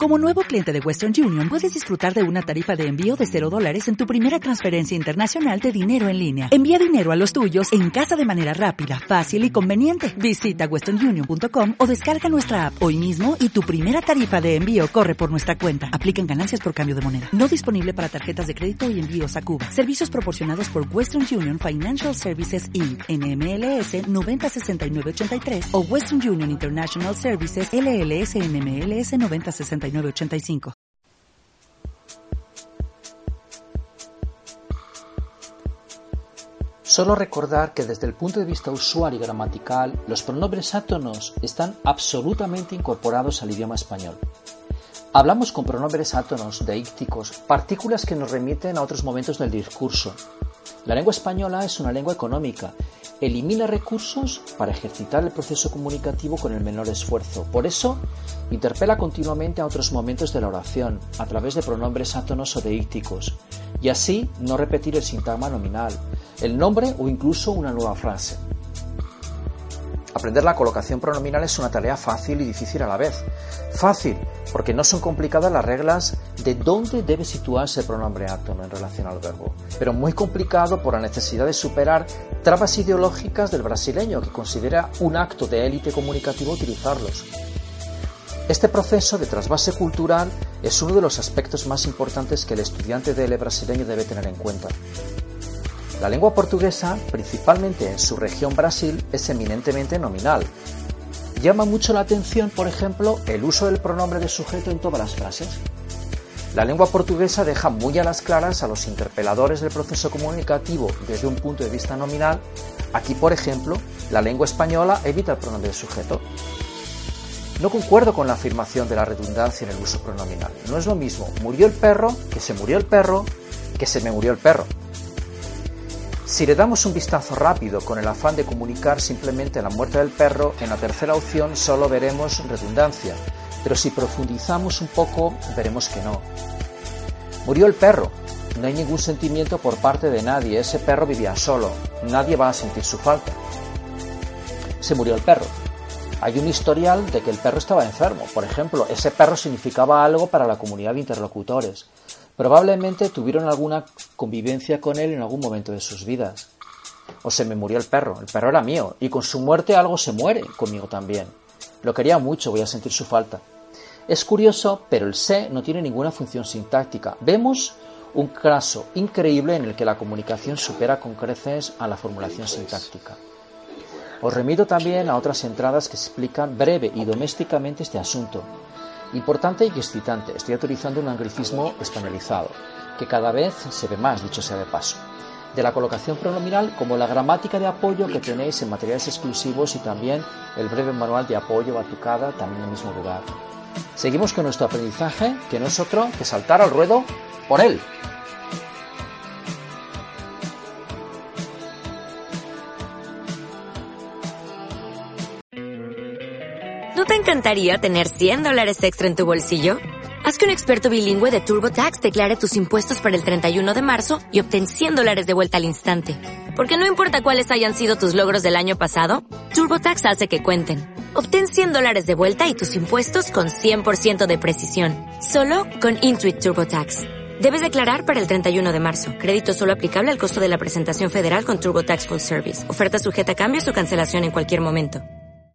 Como nuevo cliente de Western Union, puedes disfrutar de una tarifa de envío de $0 en tu primera transferencia internacional de dinero en línea. Envía dinero a los tuyos en casa de manera rápida, fácil y conveniente. Visita westernunion.com o descarga nuestra app hoy mismo y tu primera tarifa de envío corre por nuestra cuenta. Aplican ganancias por cambio de moneda. No disponible para tarjetas de crédito y envíos a Cuba. Servicios proporcionados por Western Union Financial Services Inc. NMLS 906983 o Western Union International Services LLS NMLS 906985. Solo recordar que desde el punto de vista usuario y gramatical, los pronombres átonos están absolutamente incorporados al idioma español. Hablamos con pronombres átonos, deícticos, partículas que nos remiten a otros momentos del discurso. La lengua española es una lengua económica. Elimina recursos para ejercitar el proceso comunicativo con el menor esfuerzo. Por eso, interpela continuamente a otros momentos de la oración, a través de pronombres átonos o deícticos, y así no repetir el sintagma nominal, el nombre o incluso una nueva frase. Aprender la colocación pronominal es una tarea fácil y difícil a la vez. Fácil, porque no son complicadas las reglas de dónde debe situarse el pronombre átono en relación al verbo, pero muy complicado por la necesidad de superar trabas ideológicas del brasileño, que considera un acto de élite comunicativo utilizarlos. Este proceso de trasvase cultural es uno de los aspectos más importantes que el estudiante de brasileño debe tener en cuenta. La lengua portuguesa, principalmente en su región Brasil, es eminentemente nominal. Llama mucho la atención, por ejemplo, el uso del pronombre de sujeto en todas las frases. La lengua portuguesa deja muy a las claras a los interpeladores del proceso comunicativo desde un punto de vista nominal. Aquí, por ejemplo, la lengua española evita el pronombre de sujeto. No concuerdo con la afirmación de la redundancia en el uso pronominal. No es lo mismo murió el perro, que se murió el perro, que se me murió el perro. Si le damos un vistazo rápido con el afán de comunicar simplemente la muerte del perro, en la tercera opción solo veremos redundancia, pero si profundizamos un poco veremos que no. Murió el perro, no hay ningún sentimiento por parte de nadie, ese perro vivía solo, nadie va a sentir su falta. Se murió el perro. Hay un historial de que el perro estaba enfermo, por ejemplo, ese perro significaba algo para la comunidad de interlocutores. Probablemente tuvieron alguna convivencia con él en algún momento de sus vidas. O se me murió el perro era mío, y con su muerte algo se muere conmigo también. Lo quería mucho, voy a sentir su falta. Es curioso, pero el se no tiene ninguna función sintáctica. Vemos un caso increíble en el que la comunicación supera con creces a la formulación sintáctica. Os remito también a otras entradas que explican breve y domésticamente este asunto. Importante y excitante, estoy utilizando un anglicismo españolizado, que cada vez se ve más, dicho sea de paso, de la colocación pronominal como la gramática de apoyo que tenéis en materiales exclusivos y también el breve manual de apoyo batucada también en el mismo lugar. Seguimos con nuestro aprendizaje, que no es otro que saltar al ruedo por él. ¿No te encantaría tener $100 extra en tu bolsillo? Haz que un experto bilingüe de TurboTax declare tus impuestos para el 31 de marzo y obtén $100 de vuelta al instante. Porque no importa cuáles hayan sido tus logros del año pasado, TurboTax hace que cuenten. Obtén $100 de vuelta y tus impuestos con 100% de precisión. Solo con Intuit TurboTax. Debes declarar para el 31 de marzo. Crédito solo aplicable al costo de la presentación federal con TurboTax Full Service. Oferta sujeta a cambios o cancelación en cualquier momento.